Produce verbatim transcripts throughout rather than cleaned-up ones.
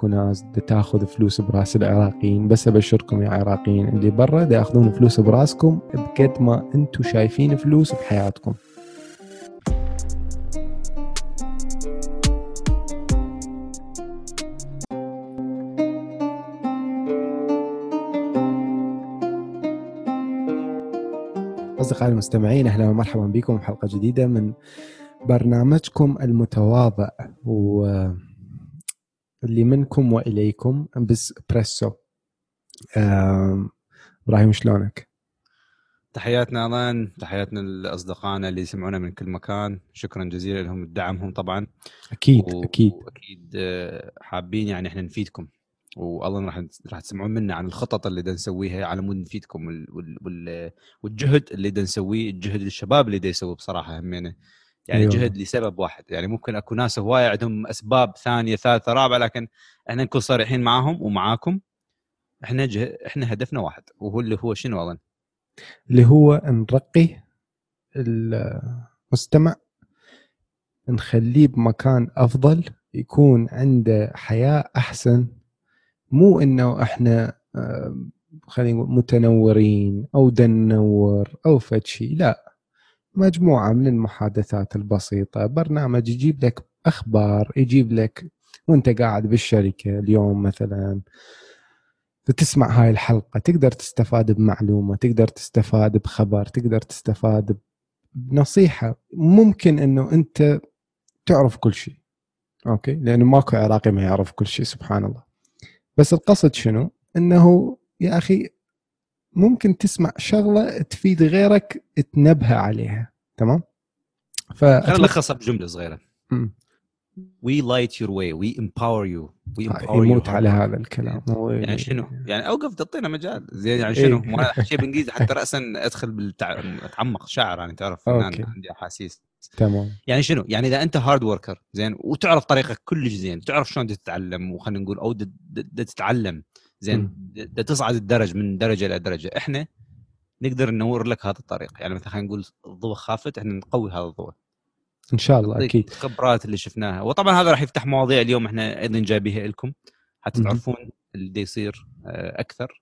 اكو ناس دا تاخذ فلوس براس العراقيين. بس ابشركم يا عراقيين اللي برا دا ياخذون فلوس براسكم بقد ما انتم شايفين فلوس بحياتكم. أصدقائي المستمعين، أهلا ومرحبا بكم في حلقة جديدة من برنامجكم المتواضع واللي منكم وإليكم بإسبريسو. إبراهيم شلونك؟ تحياتنا ألان، تحياتنا لأصدقائنا اللي يسمعونا من كل مكان، شكرا جزيلا لهم دعمهم طبعا. أكيد و... أكيد وأكيد حابين يعني إحنا نفيدكم، والله راح راح تسمعون منا عن الخطط اللي دا نسويها على مود نفيدكم، وال... وال... والجهد اللي دا نسويه، الجهد للشباب اللي دا يسوي بصراحة همينه يعني أيوة. جهد لسبب واحد، يعني ممكن أكو ناس هواية عندهم أسباب ثانية ثالثة رابعة، لكن إحنا نكون صريحين معاهم ومعاكم. إحنا جه... إحنا هدفنا واحد، وهو اللي هو شنو ألان؟ اللي هو نرقي المستمع، نخليه بمكان أفضل، يكون عنده حياة أحسن. مو إنه إحنا خلينا نقول متنورين أو دنور أو فتشي، لا، مجموعة من المحادثات البسيطة، برنامج يجيب لك أخبار، يجيب لك وانت قاعد بالشركة اليوم مثلا تسمع هاي الحلقة، تقدر تستفاد بمعلومة، تقدر تستفاد بخبر، تقدر تستفاد بنصيحة. ممكن انه انت تعرف كل شيء، اوكي، لانه ماكو عراقي ما يعرف كل شيء سبحان الله. بس القصد شنو؟ انه يا اخي ممكن تسمع شغلة تفيد غيرك تنبه عليها. تمام، خلينا نلخصها بجملة صغيرة. م. we light your way, we empower you, we empower يموت you على هذا الكلام. يعني شنو؟ يعني اوقف تعطينا مجال زين، يعني شنو؟ ما انا احكي بالانجليزي حتى راسا ادخل بالتع... اتعمق شعر، يعني تعرف فنان عندي احاسيس. تمام. يعني شنو؟ يعني اذا انت هارد وركر زين وتعرف طريقك كلش زين، تعرف شلون تتعلم، وخلينا نقول او د... د... د... تتعلم زين، د... تصعد الدرج من درجه الى درجه، احنا نقدر ننور لك هذا الطريق. يعني مثلا خلينا نقول الضوء خافت، احنا نقوي هذا الضوء ان شاء الله. اكيد الخبرات اللي شفناها، وطبعا هذا راح يفتح مواضيع اليوم احنا ايضا جايبيها لكم حتى م- تعرفون اللي يصير اكثر،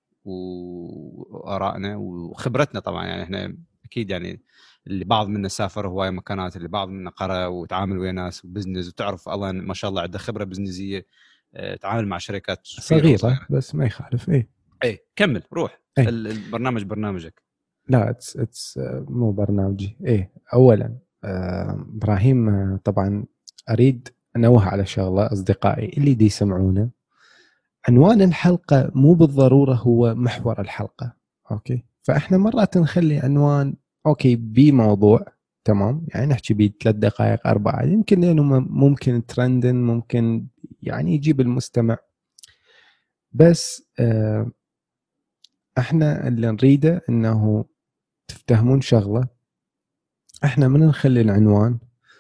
وارائنا وخبرتنا طبعا. يعني احنا اكيد يعني اللي بعض منا سافر هواي مكانات، اللي بعض منا قرأ وتعامل ويا ناس وبزنس، وتعرف الله ما شاء الله عنده خبره بزنسيه، تعامل مع شركات صغيره, صغيرة بس ما يخالف. ايه ايه كمل روح. ايه. البرنامج برنامجك. لا اتس اتس مو برنامجي. ايه اولا آه ابراهيم، آه طبعا اريد انوه على شغله اصدقائي اللي دي يسمعونا. عنوان الحلقه مو بالضروره هو محور الحلقه، اوكي؟ فاحنا مرات نخلي عنوان اوكي بموضوع، تمام، يعني نحكي بيه ثلاث دقائق اربعه، يمكن لانه ممكن ترندن، ممكن يعني يجيب المستمع. بس آه احنا اللي نريده انه تفتهمون شغله. احنا من نخلي العنوان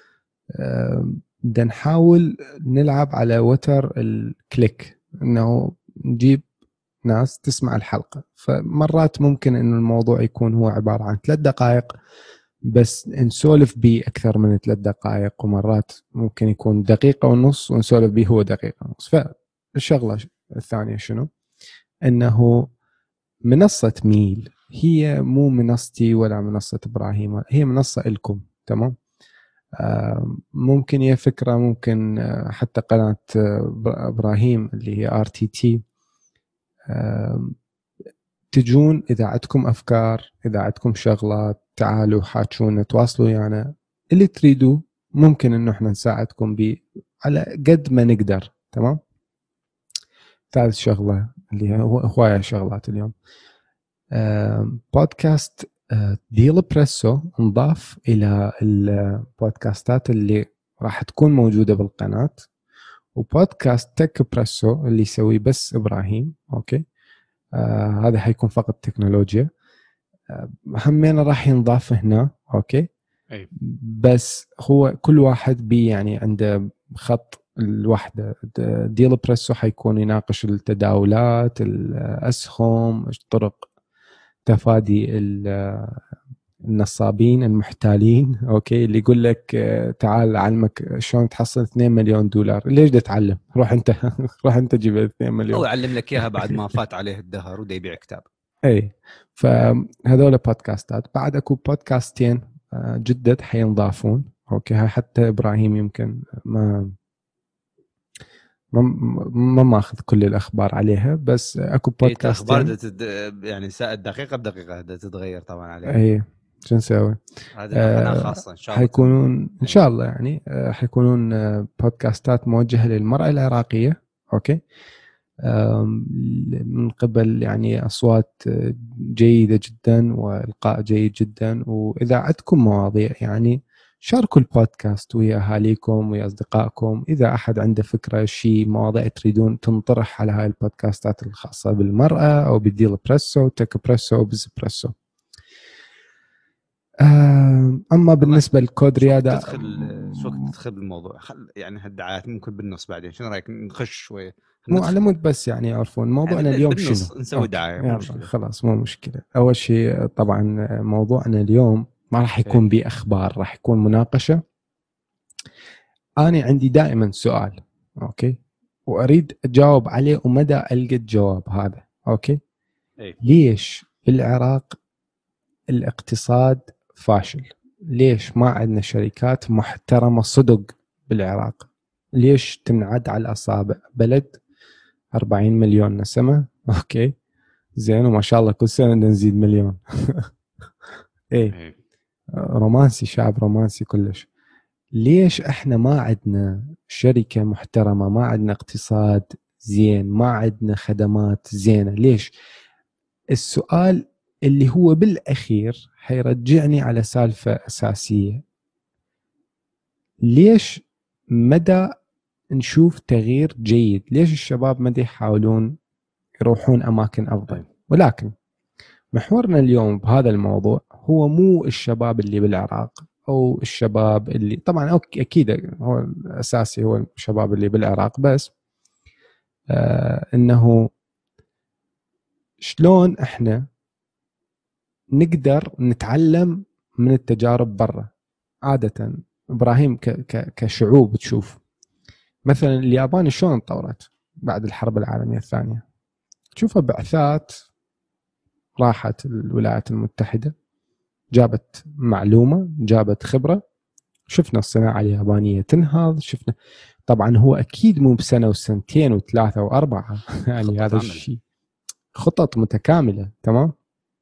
بدنا نحاول نلعب على وتر الكليك، انه نجيب ناس تسمع الحلقة. فمرات ممكن انه الموضوع يكون هو عبارة عن ثلاث دقائق بس نسولف بيه اكثر من ثلاث دقائق، ومرات ممكن يكون دقيقة ونص ونسولف بيه هو دقيقة ونص. فالشغلة الثانية شنو؟ انه منصة ميل هي مو منصتي ولا منصة ابراهيم، هي منصة لكم، تمام؟ ممكن هي فكرة، ممكن حتى قناة ابراهيم اللي هي ار تي تي تجون اذا عندكم افكار، اذا عندكم شغلات، تعالوا حاجونا، تواصلوا يعني اللي تريدوا، ممكن انه احنا نساعدكم به على قد ما نقدر. تمام. ثالث شغلة اللي هي هواية شغلات اليوم، بودكاست ديل بريسو انضاف الى البودكاستات اللي راح تكون موجودة بالقناة، وبودكاست تك بريسو اللي يسوي بس ابراهيم، اوكي. آه هذا حيكون فقط تكنولوجيا. آه همين راح ينضاف هنا، اوكي. أي. بس هو كل واحد بي يعني عنده خط الوحدة. ديل بريسو حيكون يناقش التداولات، الأسهم، طرق تفادي النصابين المحتالين، اوكي، اللي يقول لك آه، تعال اعلمك شلون تحصل اثنين مليون دولار. ليش بدك تتعلم؟ روح انت روح انت جيب اثنين مليون. هو يعلم لك اياها بعد ما فات عليه الدهر ودا يبيع كتاب. اي، فهذول بودكاستات. بعد اكو بودكاستين آه، جدد حينضافون، اوكي، هاي حتى ابراهيم يمكن ما ما ما ماخذ كل الاخبار عليها، بس اكو اي اخبار بودكاستين. تد... يعني ساعة دقيقه بدقيقه تتغير طبعا عليها. اي، شو نسوي؟ هذه قناه آه خاصه ان شاء الله تم... حيكونون ان شاء الله يعني آه حيكونون آه بودكاستات موجهه للمراه العراقيه، اوكي، آم، من قبل يعني اصوات آه، جيده جدا والقاء جيد جدا. واذا عندكم مواضيع يعني شاركوا البودكاست ويا اهاليكم ويا اصدقائكم. اذا احد عنده فكره شيء مواضيع تريدون تنطرح على هاي البودكاستات الخاصه بالمراه او بالديل بريسو تك بريسو او بزبريسو. اما بالنسبه لكود شو وقت رياده، تدخل شو وقت تدخل بالموضوع؟ خل يعني هالدعايات ممكن بالنص بعدين، شنو رايك نخش شويه مو على ندخل مود بس يعني يعرفون يعني موضوعنا اليوم شنو. بالنص نسوي اوكي دعايه مو يلا مشكله. خلاص مو مشكله. اول شيء طبعا موضوعنا اليوم ما راح يكون ايه بيه اخبار، راح يكون مناقشه. انا عندي دائما سؤال، اوكي، واريد اجاوب عليه ومدى القى الجواب هذا، اوكي. ايه ليش بالعراق الاقتصاد فاشل؟ ليش ما عندنا شركات محترمه صدق بالعراق؟ ليش تنعد على الاصابع بلد أربعين مليون نسمه، اوكي، زين، وما شاء الله كل سنه نزيد مليون ايه، ايه رومانسي، شعب رومانسي كلش. ليش احنا ما عندنا شركه محترمه؟ ما عندنا اقتصاد زين؟ ما عندنا خدمات زينه؟ ليش؟ السؤال اللي هو بالاخير حيرجعني على سالفه اساسيه. ليش مدى نشوف تغيير جيد؟ ليش الشباب مدى يحاولون يروحون اماكن افضل؟ ايه ولكن محورنا اليوم بهذا الموضوع هو مو الشباب اللي بالعراق او الشباب اللي طبعا أوكي اكيد هو الاساسي هو الشباب اللي بالعراق، بس آه انه شلون احنا نقدر نتعلم من التجارب برا. عادة ابراهيم ك ك كشعوب تشوف مثلا اليابان شلون تطورت بعد الحرب العالمية الثانية. تشوفها بعثات راحت الولايات المتحدة، جابت معلومة، جابت خبرة، شفنا الصناعة اليابانية تنهض. شفنا طبعا هو أكيد مو بسنة وسنتين وثلاثة وأربعة يعني خطه هذا عمل. الشيء خطط متكاملة، تمام.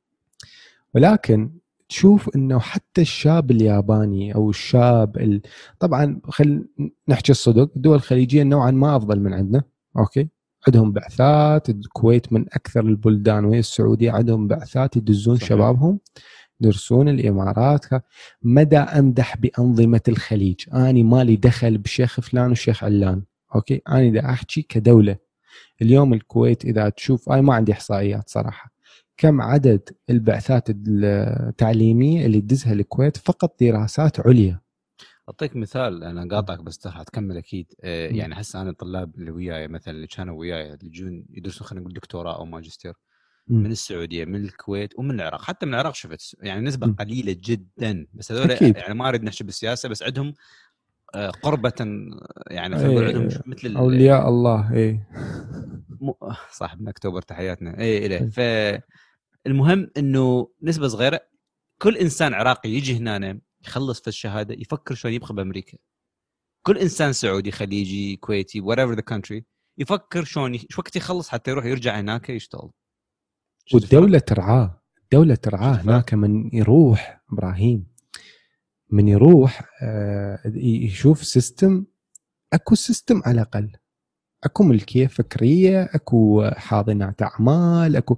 ولكن تشوف انه حتى الشاب الياباني او الشاب ال... طبعا خل نحكي الصدق، الدول الخليجيه نوعا ما افضل من عندنا، اوكي، عندهم بعثات. الكويت من اكثر البلدان وهي السعوديه عندهم بعثات يدزون صحيح. شبابهم يدرسون. الامارات مدى امدح بانظمه الخليج. اني مالي دخل بشيخ فلان وشيخ علان، اوكي، اني دا احكي كدوله. اليوم الكويت اذا تشوف، انا ما عندي احصائيات صراحه كم عدد البعثات التعليميه اللي تدزها الكويت فقط دراسات عليا. اعطيك مثال، انا قاطعك بس راح تكمل اكيد. آه يعني هسه انا الطلاب اللي وياي مثلا اللي كانوا وياي اللي يجون يدرسون خلينا نقول دكتوراه او ماجستير م. من السعوديه من الكويت ومن العراق، حتى من العراق شفت يعني نسبه م. قليله جدا، بس هذول اكيد. يعني ما اريد نحكي بالسياسه بس عندهم آه قربه، يعني خلينا نقول عندهم ايه، مثل ال... اولياء الله. ايه م... صاحبنا اكتوبر تحياتنا ايه اليه. إيه. فالمهم انه نسبه صغيره، كل انسان عراقي يجي هنا يخلص في الشهاده يفكر شلون يبقى بامريكا. كل انسان سعودي خليجي كويتي whatever the country يفكر شلون ي... شو وقت يخلص حتى يروح يرجع هناك يشتغل. شفت الفرق؟ والدوله ترعاه، الدوله ترعاه شفت الفرق؟ هناك. من يروح ابراهيم، من يروح آه يشوف سيستم، اكو سيستم على الاقل، اكو ملكيه فكريه، اكو حاضنات اعمال. اكو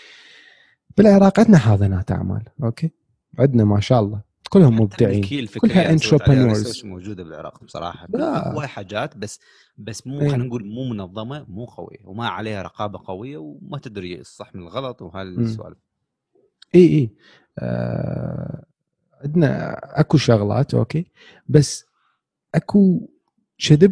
بالعراق عندنا حاضنات اعمال، اوكي، عندنا ما شاء الله كلهم حتى مبدعين، الملكيه الفكريه كلها انا سويت عليها انتربرنورز. ريسيرش موجوده بالعراق بصراحه، كل لا، اكو حاجات بس بس مو خلينا ايه، نقول مو منظمه مو قويه وما عليها رقابه قويه وما تدري الصح من الغلط امم، وهالسوالف. اي اي، آه عندنا اكو شغلات، اوكي، بس اكو كذب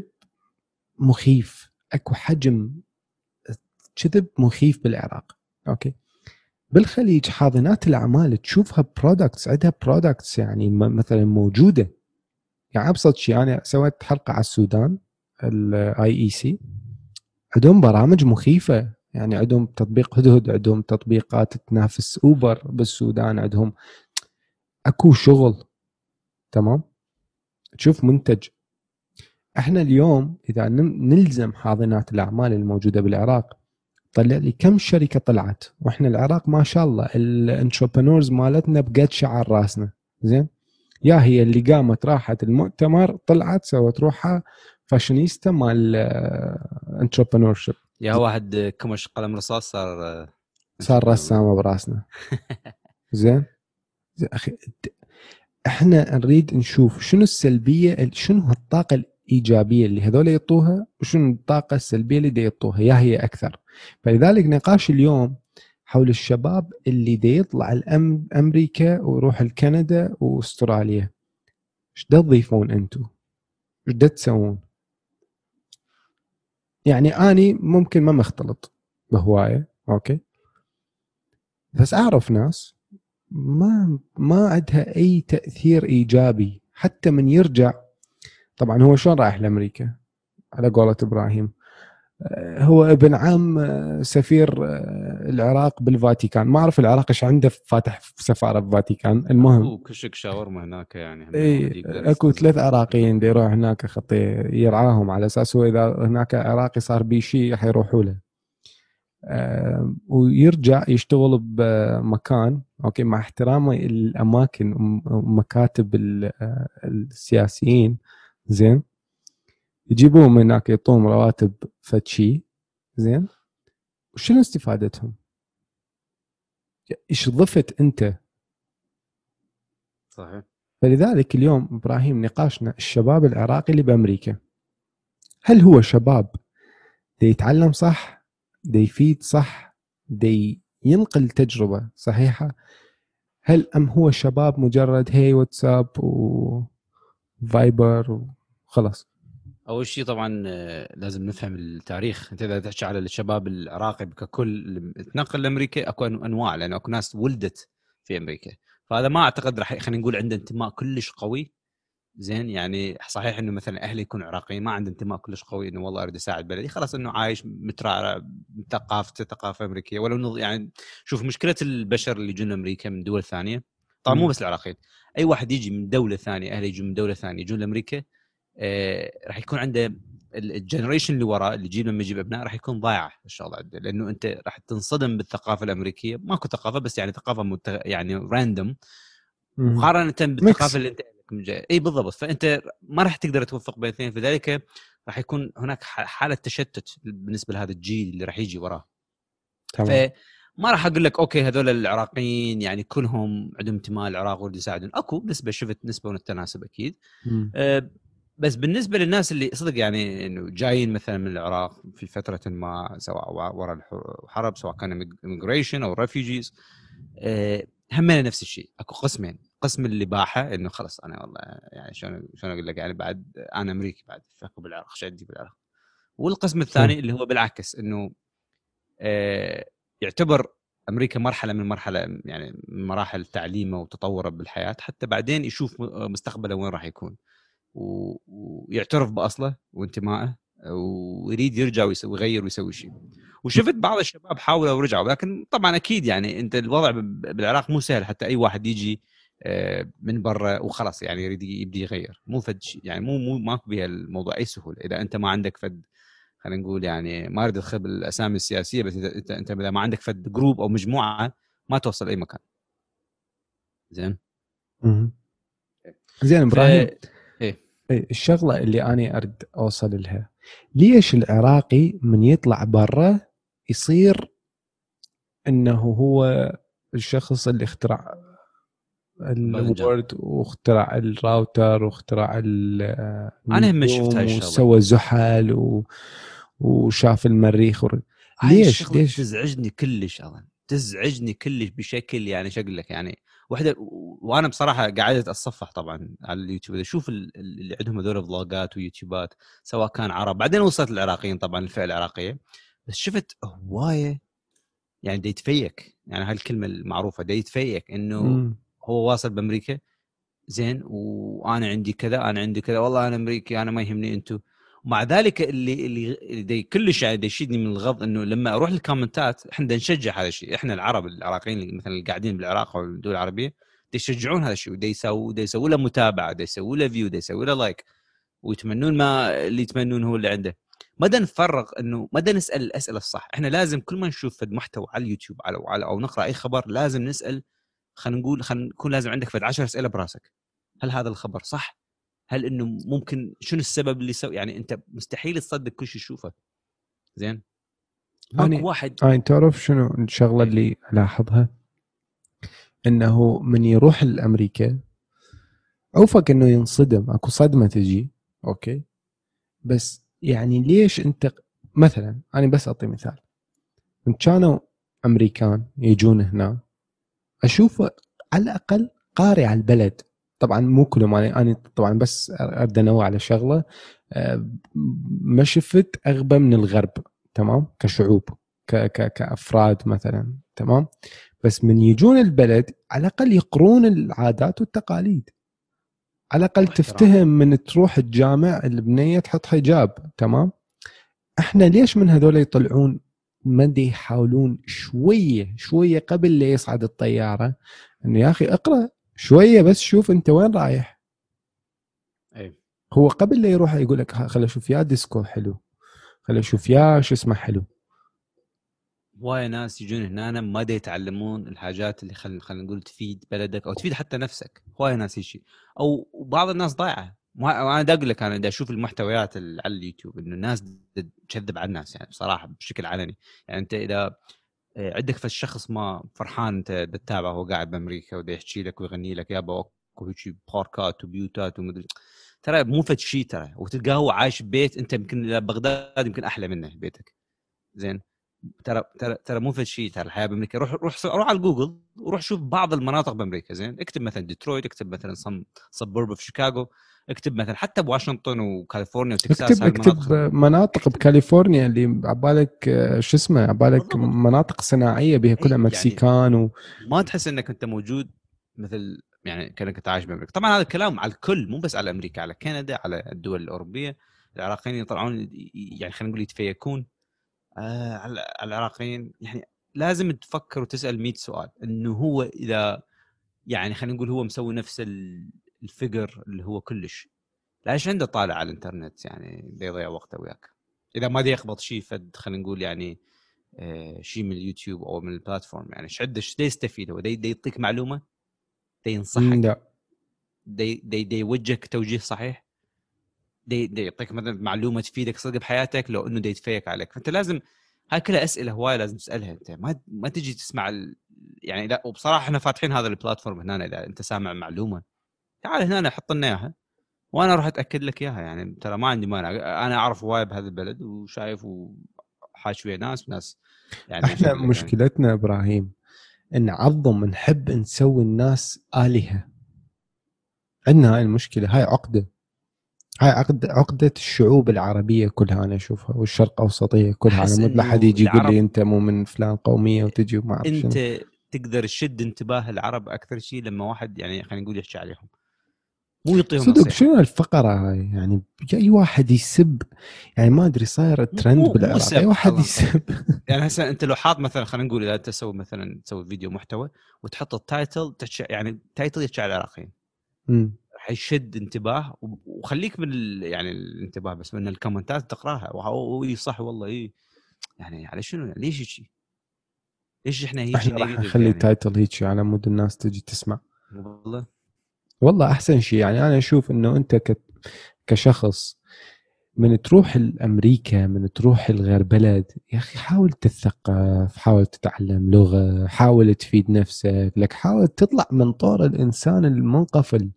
مخيف، اكو حجم كذب مخيف بالعراق، اوكي. بالخليج حاضنات الاعمال تشوفها برودكتس، عندها برودكتس يعني مثلا موجوده. يعني ابسط شيء، انا سويت حلقه على السودان الاي اي سي، عندهم برامج مخيفه، يعني عندهم تطبيق هدهد، عندهم تطبيقات تنافس اوبر بالسودان، عندهم اكو شغل. تمام، تشوف منتج. احنا اليوم اذا نلزم حاضنات الاعمال الموجوده بالعراق، طلع لي كم شركه طلعت، واحنا العراق ما شاء الله الانتربرنورز مالتنا بقد شعر راسنا. زين، يا هي اللي قامت راحت المؤتمر، طلعت سوت روحها فاشونيستا مال انتربرنور شيب، يا واحد كمش قلم رصاص صار صار انتربرنور. رسامه براسنا. زين، زين اخي، احنا نريد نشوف شنو السلبيه، شنو الطاقه الايجابيه اللي هذول يعطوها، وشنو الطاقه السلبيه اللي دي يعطوها، يا هي اكثر. فلذلك نقاش اليوم حول الشباب اللي دي يطلع الأم امريكا ويروح لكندا واستراليا، ايش دا تضيفون انتم؟ ايش دا تسوون؟ يعني اني ممكن ما مختلط بهوايه، اوكي، بس اعرف ناس ما ما عندها اي تاثير ايجابي حتى من يرجع. طبعا هو شلون رايح لامريكا؟ على قولة ابراهيم، هو ابن عم سفير العراق بالفاتيكان، ما اعرف العراق ايش عنده فاتح سفاره بالفاتيكان، المهم. اكو كشك شاورما هناك، يعني همين واحد اي يقدر اكو يستنزف. ثلاث عراقيين دي يروح هناك خطي يرعاهم، على اساس هو اذا هناك عراقي صار بيه شيء حيروحوا له. أه ويرجع يشتغل بمكان، اوكي، مع احترامي الاماكن ومكاتب السياسيين، زين، يجيبوهم من هناك يعطوهم رواتب فتشي، زين، وشنو استفادتهم؟ ايش ضفت انت؟ صحيح. فلذلك اليوم ابراهيم نقاشنا الشباب العراقي اللي بامريكا، هل هو شباب دي يتعلم صح، دي يفيد صح، دي ينقل تجربة صحيحة، هل أم هو شباب مجرد هي واتساب وفايبر وخلاص؟ اول شيء طبعا آه، لازم نفهم التاريخ. انت اذا تحكي على الشباب العراقي ككل تنقل لامريكا، اكو انواع، لانه اكو ناس ولدت في امريكا، فهذا ما اعتقد راح خلينا نقول عنده انتماء كلش قوي. زين، يعني صحيح انه مثلا اهلي يكونوا عراقيين ما عنده انتماء كلش قوي انه والله اريد اساعد بلدي، خلاص انه عايش مترعرع ثقافته ثقافه امريكيه. ولو يعني شوف مشكله البشر اللي يجون امريكا من دول ثانيه، طبعا مو بس العراقيين، اي واحد يجي من دوله ثانيه، اهله يجون من دوله ثانيه يجون لامريكا، آه راح يكون عنده الجنريشن اللي وراه، اللي يجيب لما يجيب ابناء راح يكون ضايع ان شاء الله عنده، لانه انت راح تنصدم بالثقافه الامريكيه. ماكو ثقافه، بس يعني ثقافه مت... يعني راندوم مقارنه بالثقافه ميكس. اللي انت من جاي. اي بالضبط، فانت ما راح تقدر توفق بين الاثنين، فذلك راح يكون هناك حاله تشتت بالنسبه لهذا الجيل اللي راح يجي وراه. تمام. فما راح اقول لك اوكي هذول العراقيين يعني كلهم عندهم انتماء للعراق ويريدوا يساعدون، اكو نسبه، شفت نسبه والتناسب اكيد. أه بس بالنسبه للناس اللي صدق يعني انه جايين مثلا من العراق في فتره ما، سواء وراء الحرب، سواء كان immigration او refugees، أه همنا نفس الشيء. اكو قسمين، قسم الاباحه انه خلص انا والله يعني شلون شلون اقول لك، يعني بعد انا امريكي بعد فكوا بالعراق، ايش عندي بالعراق. والقسم الثاني اللي هو بالعكس، انه أه يعتبر امريكا مرحله من مرحله يعني من مراحل تعليمه وتطوره بالحياه، حتى بعدين يشوف مستقبله وين راح يكون، ويعترف باصله وانتمائه، ويريد يرجع ويسوي يغير ويسوي شيء. وشفت بعض الشباب حاولوا ورجعوا، لكن طبعا اكيد يعني انت الوضع بالعراق مو سهل، حتى اي واحد يجي من برا وخلاص يعني يريد يبدي يغير، مو فد يعني مو مو ماكو بها الموضوع اي سهوله. اذا انت ما عندك فد، خلينا نقول يعني ما اريد ادخل بالاسامي السياسيه، بس اذا انت انت اذا ما عندك فد جروب او مجموعه ما توصل اي مكان. زين. مم. زين ف ابراهيم، ايه الشغله اللي انا اريد اوصل لها، ليش العراقي من يطلع برا يصير انه هو الشخص اللي اخترع باذنجان. الوورد واخترع الراوتر واخترع انا هم شفت هاي النجوم الشغله، وسوى زحل و... وشاف المريخ ور... هاي ليش الشغله ليش تزعجني كلش اظن، تزعجني كلش بشكل يعني شقلك يعني وحده. وانا بصراحه قعدت اتصفح طبعا على اليوتيوب، اشوف اللي عندهم هذول فلوجات ويوتيوبات، سواء كان عرب، بعدين وصلت العراقيين طبعا الفئه العراقيه، بس شفت هوايه يعني دا يتفيك، يعني هاي الكلمه المعروفه دا يتفيك انه مم. هو واصل بامريكا زين وانا عندي كذا انا عندي كذا والله انا امريكي انا ما يهمني انتم. ومع ذلك اللي اللي دي كلش يعني دي يشدني من الغض انه لما اروح الكومنتات احنا دا نشجع هذا الشيء، احنا العرب العراقيين اللي مثلا اللي قاعدين بالعراق او الدول العربيه دا يشجعون هذا الشيء ودا يسووا دا يسووا له متابعه دا يسووا له فيو دا يسووا له لايك ويتمنون ما اللي يتمنون هو اللي عنده. ما نفرغ انه ما نسال الاسئله الصح. احنا لازم كل ما نشوف محتوى على اليوتيوب على او, على أو نقرا اي خبر لازم نسال، خلينا نقول خلينا نكون لازم عندك فد عشر اسئله براسك. هل هذا الخبر صح؟ هل انه ممكن شنو السبب اللي سو يعني انت مستحيل تصدق كل شيء تشوفه. زين ماكو يعني واحد هاي تعرف شنو الشغله إيه. اللي الاحظها؟ انه من يروح لامريكا عوفك انه ينصدم، اكو صدمه تجي اوكي، بس يعني ليش انت مثلا انا بس اعطي مثال، من كانوا امريكان يجون هنا اشوف على الاقل قاري على البلد، طبعا مو كلهم، انا انا طبعا بس ارد انوع على شغله، ما شفت اغبى من الغرب تمام كشعوب ك ك كافراد مثلا تمام، بس من يجون البلد على الاقل يقرون العادات والتقاليد، على الاقل واحترام. تفتهم من تروح الجامع البنيه تحط حجاب تمام. احنا ليش من هذول يطلعون ما دي يحاولون شويه شويه قبل لا يصعد الطياره انه يا اخي اقرا شويه بس شوف انت وين رايح. اي هو قبل لا يروح يقول لك خل اشوف يا ديسكو حلو، خل اشوف يا شو اسمه حلو. وايد ناس يجون هنا ما دا يتعلمون الحاجات اللي خلينا خلينا نقول تفيد بلدك او تفيد حتى نفسك. وايد ناس يجي او بعض الناس ضايعه. انا دا اقول لك انا دا اشوف المحتويات على اليوتيوب انه الناس تكذب على الناس يعني بصراحه بشكل علني. يعني انت اذا عندك في الشخص ما فرحان انت تتابعه وهو قاعد بامريكا ودا يحكي لك ويغني لك يابا اكو هيك باركات وبيوتات ومدري، ترى مو فد شيء ترى، وتلقاه هو عايش ببيت انت يمكن بغداد يمكن احلى منه بيتك. زين ترى ترى ترى مو في شيء، ترى الحياه بامريكا روح روح روح على جوجل وروح شوف بعض المناطق بامريكا. زين اكتب مثلا ديترويت، اكتب مثلا صم سبورب في شيكاغو، اكتب مثلا حتى بواشنطن وكاليفورنيا وتكساس، اكتب هاي اكتب المناطق مناطق اكتب بكاليفورنيا اللي عبالك شو اسمه عبالك بالضبط. مناطق صناعيه بها كلها اي يعني مكسيكان و... ما تحس انك انت موجود مثل يعني كانك تعايش بامريكا. طبعا هذا الكلام على الكل مو بس على امريكا، على كندا، على الدول الاوروبيه. العراقيين يطلعون يعني خلينا نقول يتفيكون آه على العراقيين. يعني لازم تفكر وتسال مئة سؤال انه هو اذا يعني خلينا نقول هو مسوي نفس الفقر اللي هو كلش ليش عنده طالع على الانترنت يعني بيضيع وقته وياك. اذا ما دي يقبض شيء فد خلينا نقول يعني آه شيء من اليوتيوب او من البلاتفورم، يعني ايش عنده ايش يستفيد هو؟ دي, دي يعطيك معلومه، دي ينصحك، لا دي دي, دي يوجهك توجيه صحيح، دي, دي يعطيك مثلا معلومه تفيدك صدق بحياتك، لو انه دي يتفيك عليك. فانت لازم هاي كلها اسئله هوايه لازم تسالها. انت ما ما تجي تسمع ال... يعني لا. وبصراحه احنا فاتحين هذا البلاتفورم هنا، اذا انت سامع معلومه تعال هنا حط لنا اياها وانا راح اتاكد لك اياها. يعني ترى ما عندي مانع، انا اعرف هواي بهذا البلد وشايف وحاش ويا ناس ناس يعني ايش احنا اقول لك يعني. مشكلتنا ابراهيم نعظم نحب نسوي الناس آلهة، عندنا هاي المشكلة، هاي عقدة، هاي عقدة عقدة الشعوب العربية كلها أنا أشوفها والشرق أوسطية كلها، على احس مود لا حد انه يجي يقول لي العرب أنت مو من فلان قومية وتجي وما أعرف شنو. انت تقدر تشد انتباه العرب اكثر شيء لما واحد يعني خلينا نقول يحكي عليهم، مو يعطيهم صدق نصيحه. شنو الفقرة هاي يعني؟ أي واحد يسب، يعني ما أدري صاير مو ترند مو مو بالعراق أي سب واحد الله يخليك. يسب. يعني هسه انت لو حاط مثلا خلينا نقول اذا تسوي مثلا تسوي فيديو محتوى وتحط التايتل تحكي يعني تايتل يحكي على العراقيين أمم. راح يشد انتباه. وخليك من ال... يعني الانتباه بس من الكومنتات تقراها وهو صح والله اي يعني على شنو يعني ليش هيك؟ ليش احنا هيك احنا راح نيجاتيف نخلي يعني؟ تايتل هيك على مود الناس تجي تسمع. والله والله أحسن شيء، يعني أنا أشوف إنه أنت ك... كشخص من تروح الأمريكا، من تروح الغير بلد، يا أخي حاول تتثقف، حاول تتعلم لغة، حاول تفيد نفسك، لك حاول تطلع من طور الإنسان المنقفل.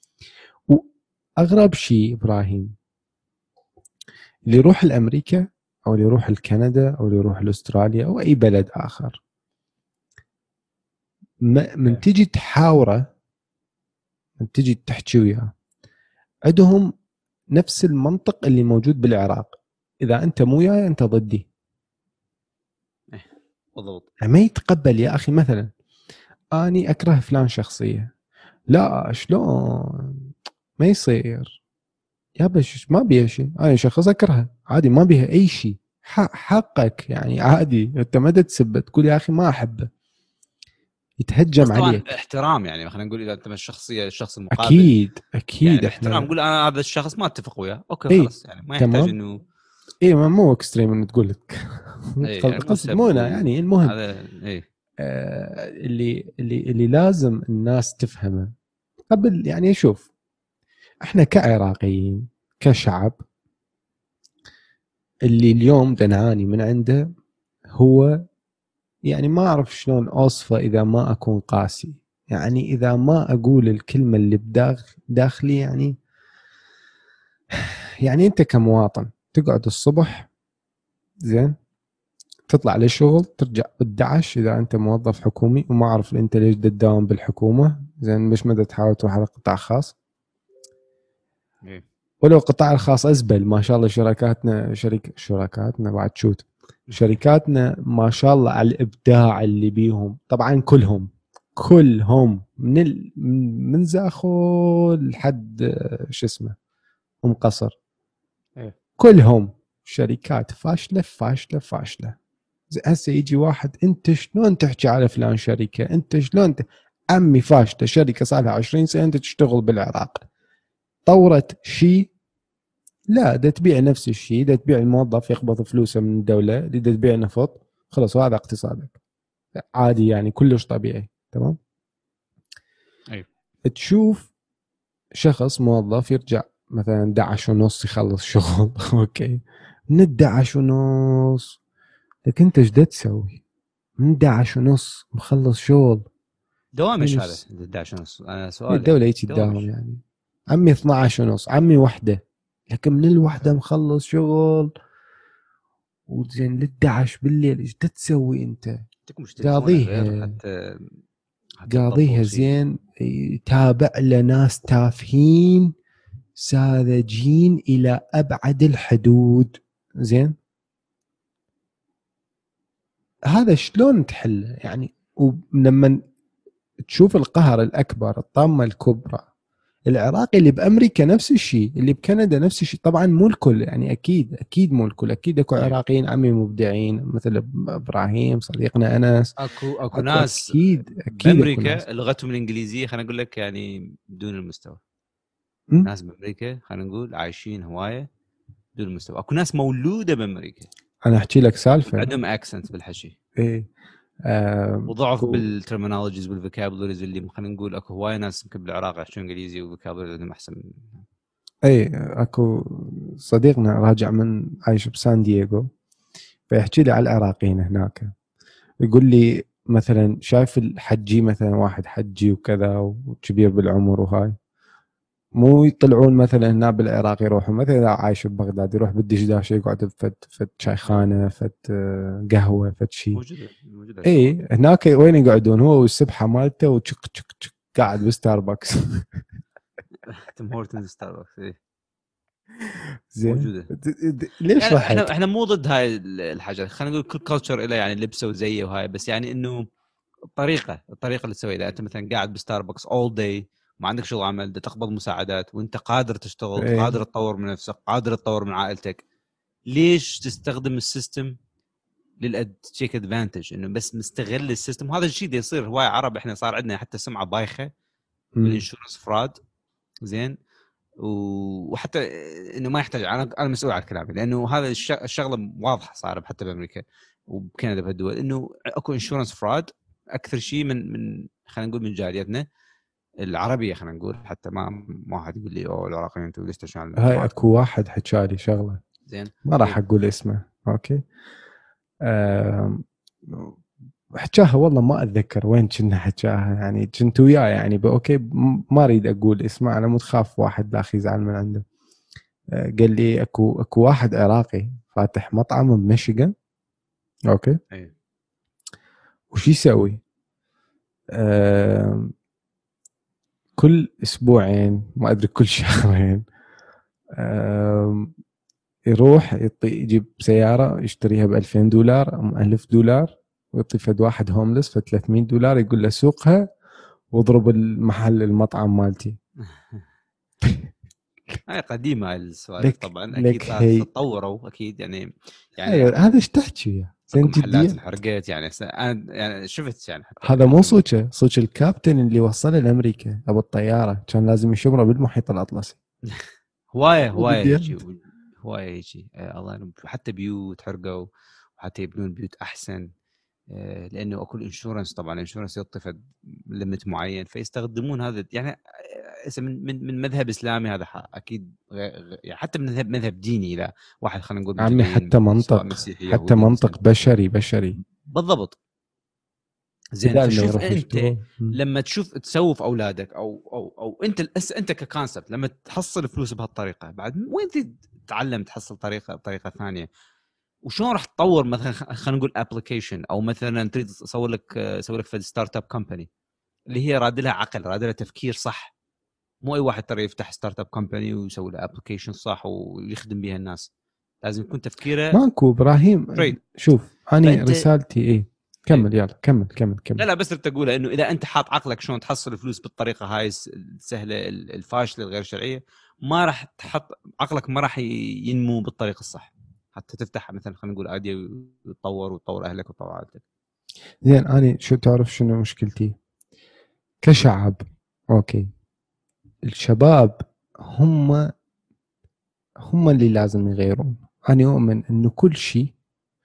وأغرب شيء إبراهيم اللي يروح الأمريكا أو اللي يروح الكندا أو اللي يروح الأستراليا أو أي بلد آخر، من تجي تحاوره، من تجي تحكي وياه، عندهم نفس المنطق اللي موجود بالعراق، إذا أنت مو وياي أنت ضدي. بالضبط. ما يتقبل يا اخي مثلا اني اكره فلان شخصيه، لا شلون ما يصير يا بش، ما بيها شيء، انا شخص اكرهه عادي ما بيها اي شيء، حقك يعني عادي، انت ما تسب تقول يا اخي ما احبه بس يتهجم طبعا عليك. احترام، يعني خلينا نقول اذا انت من الشخصيه الشخص المقابل اكيد يعني اكيد باحترام، احنا قول انا هذا الشخص ما اتفق وياه، اوكي اي خلاص، يعني ما يحتاج تمام. انه اي ما مو اكستريم انه تقول لك اي يعني مو قصد سب مو أنا يعني المهم هذا اي. آه اللي اللي اللي لازم الناس تفهمه قبل، يعني شوف احنا كعراقيين كشعب اللي اليوم نعاني من عنده هو، يعني ما أعرف شلون أوصفه إذا ما أكون قاسي، يعني إذا ما أقول الكلمة اللي بداخل داخلي، يعني يعني أنت كمواطن تقعد الصبح زين، تطلع للشغل ترجع بالدعش إذا أنت موظف حكومي، وما أعرف أنت ليش تداوم بالحكومة زين، مش مدى تحاول تروح على قطاع خاص، إيه. ولو القطاع الخاص أزبل ما شاء الله، شركاتنا شركة شركاتنا بعد شوت شركاتنا ما شاء الله على الإبداع اللي بيهم، طبعا كلهم كلهم من ال... من زاخو لحد شو اسمه ام قصر، إيه. كلهم شركات فاشله فاشله فاشله. هسه يجي واحد انت شلون تحكي على فلان شركه، انت شلون ت... عمي فاشله شركه صار لها عشرين سنه انت تشتغل بالعراق، طورت شيء؟ لا، ده تبيع نفس الشيء، ده تبيع الموظف يقبض فلوسه من الدوله، ده تبيع نفط خلاص، وهذا اقتصادك عادي يعني كلش طبيعي تمام. أيوه. تشوف شخص موظف يرجع مثلا دعش ونص يخلص شغل اوكي، من الدعش ونص لكن انت ايش تسوي من دعش ونص مخلص شغل؟ دوامش هذا يونس احد عشر ونص، انا هي سؤال الدولة يعني هيك تداوم دوامش. يعني، عمي اثنا عشر ونص، عمي وحدة، لكن من الوحدة مخلص شغل وزين للدعش بالليل، ايش تسوي انت؟ تكون مش تليفونه غير قاضيها حتى حتى قاضيها تضبط شيء. زين، يتابع لناس تافهين ساذجين الى ابعد الحدود زين، هذا شلون تحله يعني؟ ولما تشوف القهر الاكبر الطامه الكبرى، العراقي اللي بامريكا نفس الشيء، اللي بكندا نفس الشيء، طبعا مو الكل يعني، اكيد اكيد مو الكل، اكيد اكو أيوه. عراقيين عمي مبدعين مثل ابراهيم صديقنا انس، اكو اكو اكو ناس اكيد اكيد اكو ناس. بامريكا لغتهم الانجليزيه خلينا نقول لك يعني بدون المستوى. م? ناس بامريكا خلينا نقول عايشين هوايه بدون المستوى. اكو ناس مولوده بامريكا انا احكي لك سالفه. عندهم اكسنت بالحكي، ايه آه، وضعف اكو بالترمينولوجيز والفوكابولريز اللي خلينا نقول اكو هوايه ناس يمكن بالعراق يحكون انجليزي وفوكابولري عندهم احسن. اي اكو صديقنا راجع من عايش بسان دييغو، فيحكي لي على العراقيين هناك، يقول لي مثلا شايف الحجي مثلا، واحد حجي وكذا وكبير بالعمر وهاي، مو يطلعون مثلا هنا بالعراق يروحون مثلا اذا عايش ببغداد يروح بالدشداشه يقعد بفت فت شايخانه فت آه، قهوه فت شيء، موجوده موجوده الشغلات. اي هناك وين يقعدون هو والسبحه مالته وتشك تشك تشك قاعد بستاربكس تيم هورتنز ستاربكس إيه. زين موجوده. ليش يعني احنا رحت؟ احنا مو ضد هاي الحاجات، خلينا نقول كل كلتشر له يعني لبسه وزيه وهاي، بس يعني انه الطريقه الطريقه اللي تسويها، اذا انت مثلا قاعد بستاربكس اول داي ما عندك شغل عمل، بدك تقبض مساعدات وانت قادر تشتغل، ايه قادر تطور من نفسك، قادر تطور من عائلتك، ليش تستخدم السيستم للتشيك ادفانتج انه بس مستغل السيستم؟ وهذا الشيء ده يصير هواي عرب، احنا صار عندنا حتى سمعه بايخه امم بالانشورنس فراد زين، وحتى انه ما يحتاج، انا انا مسؤول عن كلامي لانه هذا الشغله واضحه صار حتى بامريكا وبكندا بهالدول، انه اكو انشورنس فراد اكثر شيء من من خلينا نقول من جاليتنا العربيه، خلينا نقول حتى ما ما واحد يقول لي اوه العراقيين انتم ليش تشان هاي فراد. اكو واحد حكالي شغله زين. ما راح ايه. اقول اسمه اوكي، آم، حكاها والله ما اتذكر وين كنا حكاها، يعني كنت وياه يعني اوكي ما اريد اقول اسمه انا متخاف واحد لا يزعل من عنده، آه، قال لي اكو اكو واحد عراقي فاتح مطعم بميشيغان اوكي، ايه. وش يسوي؟ آه كل اسبوعين ما ادري كل شهرين آه يروح يطي يجيب سياره يشتريها ب ألفين دولار ام ألف دولار ويعطي فد واحد هوملس ف ثلاثمية دولار يقول له سوقها واضرب المحل المطعم مالتي. هاي قديمه السوالف لك طبعا، اكيد لك صار هي تطوروا اكيد يعني. يعني أيوة، هذا ايش تحكي يا زين اكو محلات جديا. انحرقت يعني. انا يعني شفت يعني حتى هذا مو خلينا نقول صوته، صوت الكابتن اللي وصله لامريكا ابو الطياره كان لازم يشبره بالمحيط الاطلسي. هوايه مو هوايه فيديوهات. هيجي، هوايه هيجي آه الله يعلم. حتى بيوت حرقوا وحتى يبنون بيوت احسن، آه لانه اكو انشورنس طبعا، الانشورنس يطفى ليمت معين فيستخدمون هذا يعني. آه من من من مذهب اسلامي هذا اكيد غير يعني، حتى من مذهب مذهب ديني. لا واحد خلينا نقول عمي متدين حتى سواء منطق، مسيحي حتى يهودي مثلا. منطق بشري بشري بالضبط. زين بدال ما فشوف يروح انت يشتروه. لما تشوف تسوف اولادك او او او انت الأس انت ككونسبت لما تحصل فلوس بهالطريقه، بعد وين تتعلم تحصل طريقه طريقه ثانيه؟ وشلون راح تطور مثلا خلينا نقول ابلكيشن، او مثلا تريد تصور لك تسوي لك ستارت اب كومباني اللي هي راد لها عقل، راد لها تفكير صح. مو اي واحد ترى يفتح ستارت اب كومباني ويسوي له ابلكيشن صح ويخدم بها الناس. لازم يكون تفكيره ماكو ابراهيم. تريد. شوف اني فانت رسالتي ايه، ايه كمل يلا كمل كمل لا كمل. لا بس تقولها انه اذا انت حاط عقلك شلون تحصل فلوس بالطريقه هاي السهله الفاشله الغير شرعيه، ما راح تحط عقلك، ما راح ينمو بالطريقه الصح حتى تفتح مثلا خلينا نقول عادي وتطور وتطور اهلك وتطور عائلتك. زين اني شو تعرف شنو مشكلتي كشعب؟ اوكي، الشباب هم هم اللي لازم يغيرون. انا اؤمن انه كل شيء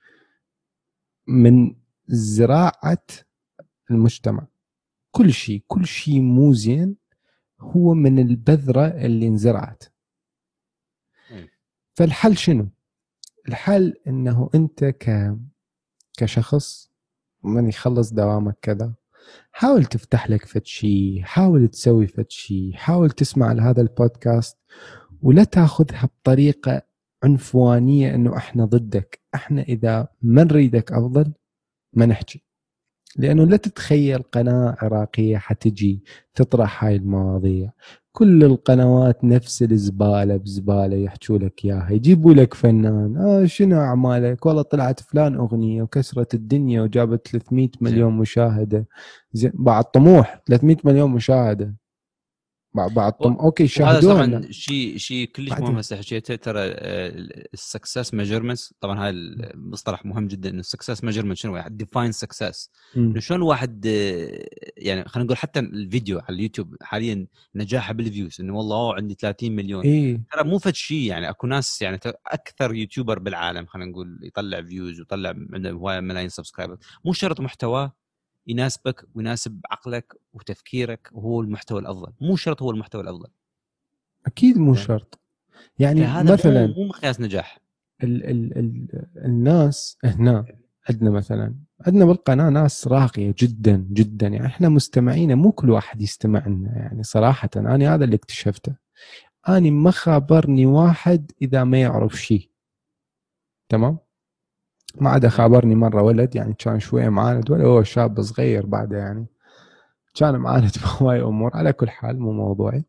من زراعة المجتمع، كل شيء كل شيء مو زين هو من البذرة اللي انزرعت. أي. فالحل شنو؟ الحل انه انت ك كشخص من يخلص دوامك كذا، حاول تفتح لك فد شيء، حاول تسوي فد شيء، حاول تسمع لهذا البودكاست ولا تاخذها بطريقة عنفوانية انه احنا ضدك. احنا اذا ما نريدك افضل ما نحكي، لأنه لا تتخيل قناة عراقية حتجي تطرح هاي المواضيع. كل القنوات نفس الزبالة بزبالة يحكوا لك إياها، يجيبوا لك فنان آه شنو أعمالك، والله طلعت فلان أغنية وكسرت الدنيا وجابت ثلاثمية زين. مليون مشاهدة. زين بعد طموح ثلاثمية مليون مشاهدة، بعد بعد و... طموح أوكي وهذا شاهدوها طبعا الناس. شيء شيء كلش مهم بعدين هسه حكيته ترى. السكسس ميجرمنتس طبعا هاي المصطلح مهم جدا. انه السكسس ميجرمنت شنو يعني؟ ديفاين سكسس. انه شلون واحد آه، يعني خلينا نقول حتى الفيديو على اليوتيوب حاليا نجاحه بالفيوز، انه والله أوه عندي ثلاثين مليون. إيه ترى مو فد شيء يعني. اكو ناس يعني اكثر يوتيوبر بالعالم خلينا نقول يطلع فيوز ويطلع عنده هوايه ملايين سبسكرايبر. مو شرط محتواه يناسبك ويناسب عقلك وتفكيرك وهو المحتوى الافضل، مو شرط هو المحتوى الافضل. أكيد مو زين. شرط. يعني فهذا مو مثلا مو مقياس نجاح. ال ال ال الناس هنا عندنا، مثلا عندنا بالقناة ناس راقية جدا جدا، يعني احنا مستمعين مو كل واحد يستمع لنا. يعني صراحة أنا هذا اللي اكتشفته، أنا ما خابرني واحد إذا ما يعرف شيء. تمام. ما عدا اي. خابرني مرة ولد يعني كان شوية معاند، ولا هو شاب صغير بعده يعني كان معاند بهواي أمور. على كل حال مو موضوعي.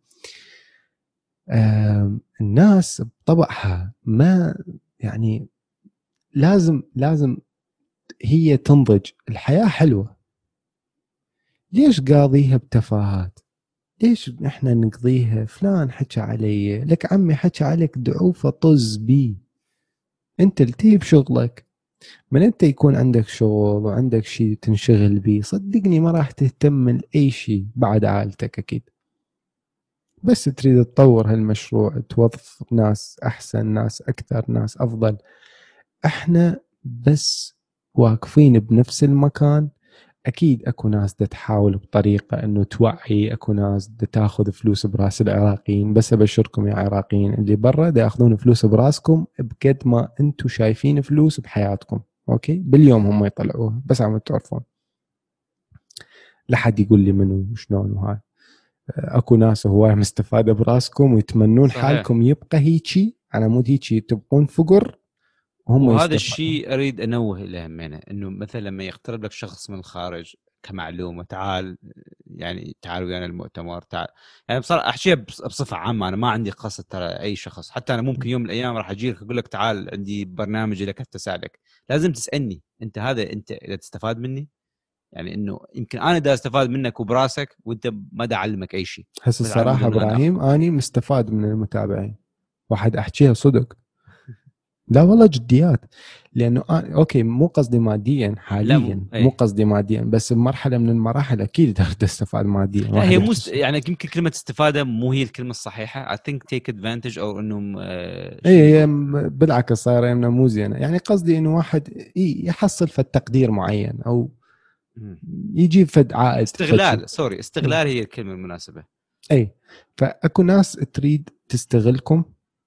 الناس بطبعها ما يعني لازم لازم هي تنضج. الحياة حلوة، ليش قاضيها بتفاهات؟ ليش احنا نقضيها فلان حكى علي لك عمي حكى عليك دعوفة طز بي. انت التهي بشغلك. من انت يكون عندك شغل وعندك شيء تنشغل بيه صدقني ما راح تهتم لأي شيء بعد عائلتك أكيد. بس تريد تطور هالمشروع، توظف ناس أحسن، ناس أكثر، ناس أفضل. احنا بس واقفين بنفس المكان. اكيد اكو ناس دا تحاول بطريقه انه توعي، اكو ناس دا تاخذ فلوس براس العراقيين. بس ابشركم يا عراقيين اللي برا دا ياخذون فلوس براسكم بقد ما انتم شايفين فلوس بحياتكم. اوكي باليوم هم يطلعوها بس عم تعرفون. لا حد يقول لي منو وشلون وهاي. اكو ناس هوايه مستفاده براسكم ويتمنون صحيح. حالكم يبقى هيجي على مود هيجي تبقون فقر وهم وهذا يستفادون. الشيء اريد انوه اليه همينه، انه مثلا لما يقترب لك شخص من الخارج كمعلومه، تعال يعني تعال ويانا المؤتمر، تعال. يعني بصراحه احكيها بصفه عامه، انا ما عندي قصد ترى اي شخص، حتى انا ممكن يوم من الايام راح اجي لك اقول لك تعال عندي برنامج لك حتى اساعدك، لازم تسالني انت هذا انت اذا تستفاد مني. يعني انه يمكن انا دا استفاد منك وبراسك وانت ما دا اعلمك اي شيء، هسه بس على مود الصراحه انه انا ابراهيم اخذك. اني مستفاد من المتابعين، واحد احكيها صدق. لا والله جديات. لانه آه اوكي مو قصدي ماديا لا مو حاليا، مو اي، قصدي ماديا، بس بمرحله من المراحل اكيد بدي استفاد ماديا. لا واحد هي مو است... يحكي يعني يمكن كلمه استفاده مو هي الكلمه الصحيحه. I think take advantage او انه آه شو اي، هي نقول. م- بالعكس صايره يمنا مو زينه. يعني قصدي انه واحد إي يحصل فد تقدير معين، او مم. يجيب فد عائد فد شيء. استغلال، سوري، اي استغلال هي الكلمه المناسبه. اي. فاكو ناس تريد تستغلكم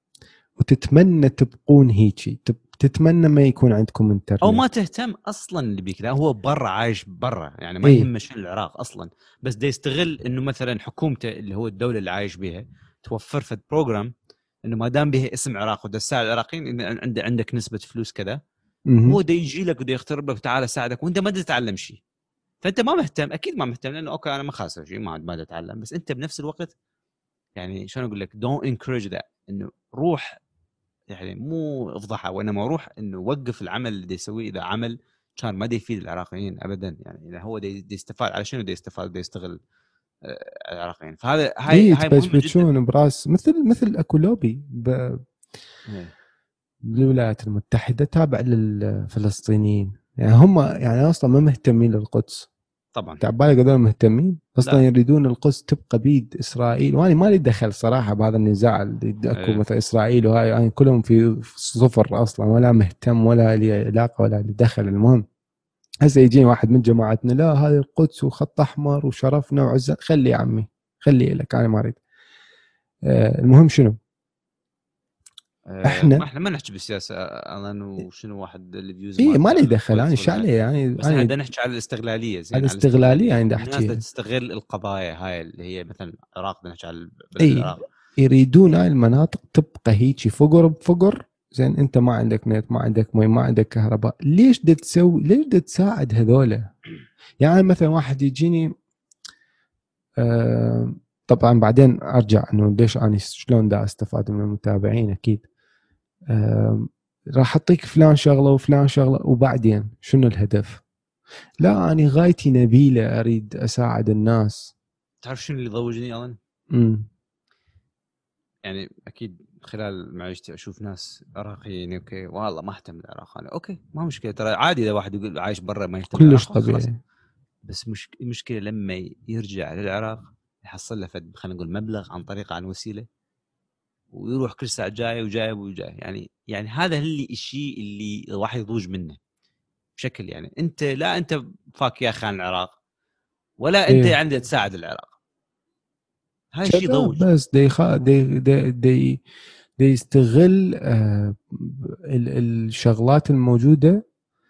وتتمنى تبقون هيجي، تب- تتمنى ما يكون عندكم او ما انترنت. تهتم اصلا اللي بيك، لا هو برا عايش برا، يعني ما اي. يهمه شنو العراق اصلا، بس دا يستغل انه مثلا حكومته اللي هو الدوله اللي عايش بيها توفر فد بروجرام انه ما دام به اسم عراق ودا تساعد العراقيين، إن عنده عندك نسبه فلوس كذا، مهم. هو دا يجي لك ودا يخترب لك تعال اساعدك وانت ما تتعلم شيء. فانت ما مهتم، اكيد ما مهتم، لانه اوكي انا ما خاسر شيء، ما ما اتعلم، بس انت بنفس الوقت يعني شلون اقول لك don't encourage that، انه روح يعني مو افضحه، وانما روح انه وقف العمل اللي دا يسويه اذا عمل كان ما دا يفيد العراقيين ابدا. يعني اذا هو دا يستفاد على شنو دا يستفاد، دا يستغل آه، العراقيين. فهذا هاي اي هاي مهمه جدا. تبشبشون براس، مثل مثل اكو لوبي ب- إيه. بالولايات المتحده تابع للفلسطينيين. يعني هم يعني اصلا ما مهتمين للقدس. طبعا. تعبالك هذول مهتمين اصلا، لا. يريدون القدس تبقى بيد اسرائيل. وانا ما لي دخل صراحه بهذا النزاع اللي اكو إيه. مثل اسرائيل وهاي، يعني كلهم في صفر اصلا، ولا مهتم ولا لي علاقه ولا لي دخل. المهم هسه يجيني واحد من جماعتنا لا هذه القدس وخط احمر وشرفنا وعزة، خلي يا عمي خلي لك، انا ما اريد. آه المهم شنو آه، ما احنا. احنا ما نحكي بالسياسه انا وشنو واحد الفيوز اي ما مالته لي على دخل انا القدس ايش ولا هاي، عليه يعني بس احنا انا بدنا نحكي على الاستغلاليه، على زين، على الاستغلاليه الاستغلاليه عند الناس بدها احكيها. تستغل القضايا هاي اللي هي مثلا العراق، بدنا نحكي على بلد اي العراق. يريدون هاي المناطق تبقى هيجي فقر بفقر. زين انت ما عندك نت، ما عندك مي، ما عندك كهرباء، ليش بدك تسوي؟ ليش بدك تساعد هذولا؟ يعني مثلا واحد يجيني آه طبعا بعدين ارجع انه ليش انا شلون دا استفاد من المتابعين. اكيد آه راح اعطيك فلان شغله وفلان شغله، وبعدين شنو الهدف؟ لا انا غايتي نبيله، اريد اساعد الناس. تعرف شنو اللي ضوجني انا؟ امم يعني اكيد خلال معيشتي اشوف ناس عراقيين اوكي والله ما اهتم بالعراق، انا اوكي ما مشكله، ترى عادي اذا واحد يقول عايش برا ما يهتم كلش بالعراق خلاص. طبيعي. بس مش المشكله لما يرجع للعراق يحصل له فد خلينا نقول مبلغ عن طريق عن وسيله، ويروح كل ساعه جاي وجايب وجاي، يعني يعني هذا اللي الشيء اللي الواحد يضوج منه بشكل، يعني انت لا انت فاك يا خان العراق، ولا انت ايه يعني تساعد العراق، هذا الشيء شباب ضوج. بس دي خا دي دي دي, دي يستغل آه ال- الشغلات الموجودة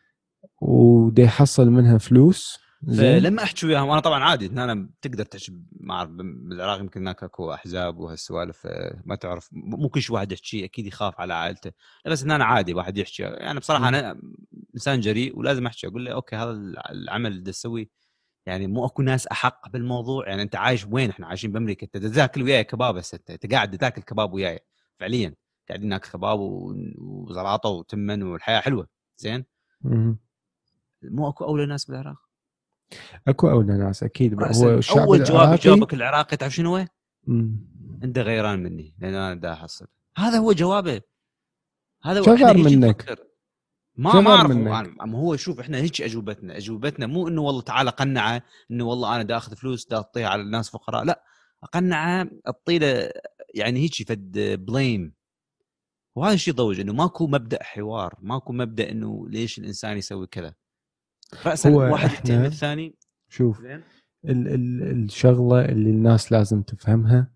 ودي يحصل منها فلوس. زين. فلما احكي وياهم انا طبعا عادي ان انا بتقدر تحكي، ما اعرف بالعراق يمكن هناك اكو احزاب وهالسوالف، ما تعرف مو كل شيء واحد يحكي اكيد يخاف على عائلته، لا بس ان انا عادي واحد يحكي، يعني بصراحه مم. انا انسان جريء ولازم احكي اقول له اوكي هذا العمل اللي تسويه، يعني مو اكو ناس احق بالموضوع، يعني انت عايش وين؟ احنا عايشين بامريكا، انت تاكل وياي كباب هسه، انت قاعد تاكل كباب وياي فعليا، قاعدين ناكل كباب وزلاطه وتمن والحياه حلوه، زين. مم. مو اكو اولى ناس بالعراق؟ اكو اولى ناس اكيد، هو راسا الشعب اول جواب العراقي. يجاوبك العراقي تعرف شنو هو؟ مم. انت غيران مني لان انا دا احصل. هذا هو جوابه، هذا هو، احنا شغر هيك منك، نفكر. ما ما شغر اعرف هو منك. انا، اما هو شوف احنا هيك اجوبتنا، اجوبتنا مو انه والله تعال قنعه انه والله انا دا اخذ فلوس دا اعطيها على الناس فقراء، لا، اقنعه اطيله يعني هيك فد بليم. وهذا الشيء ضوج انه ماكو مبدا حوار، ماكو مبدا انه ليش الانسان يسوي كذا، راسا هو واحد يتهم احنا الثاني. شوف زين. ال ال الشغلة اللي الناس لازم تفهمها.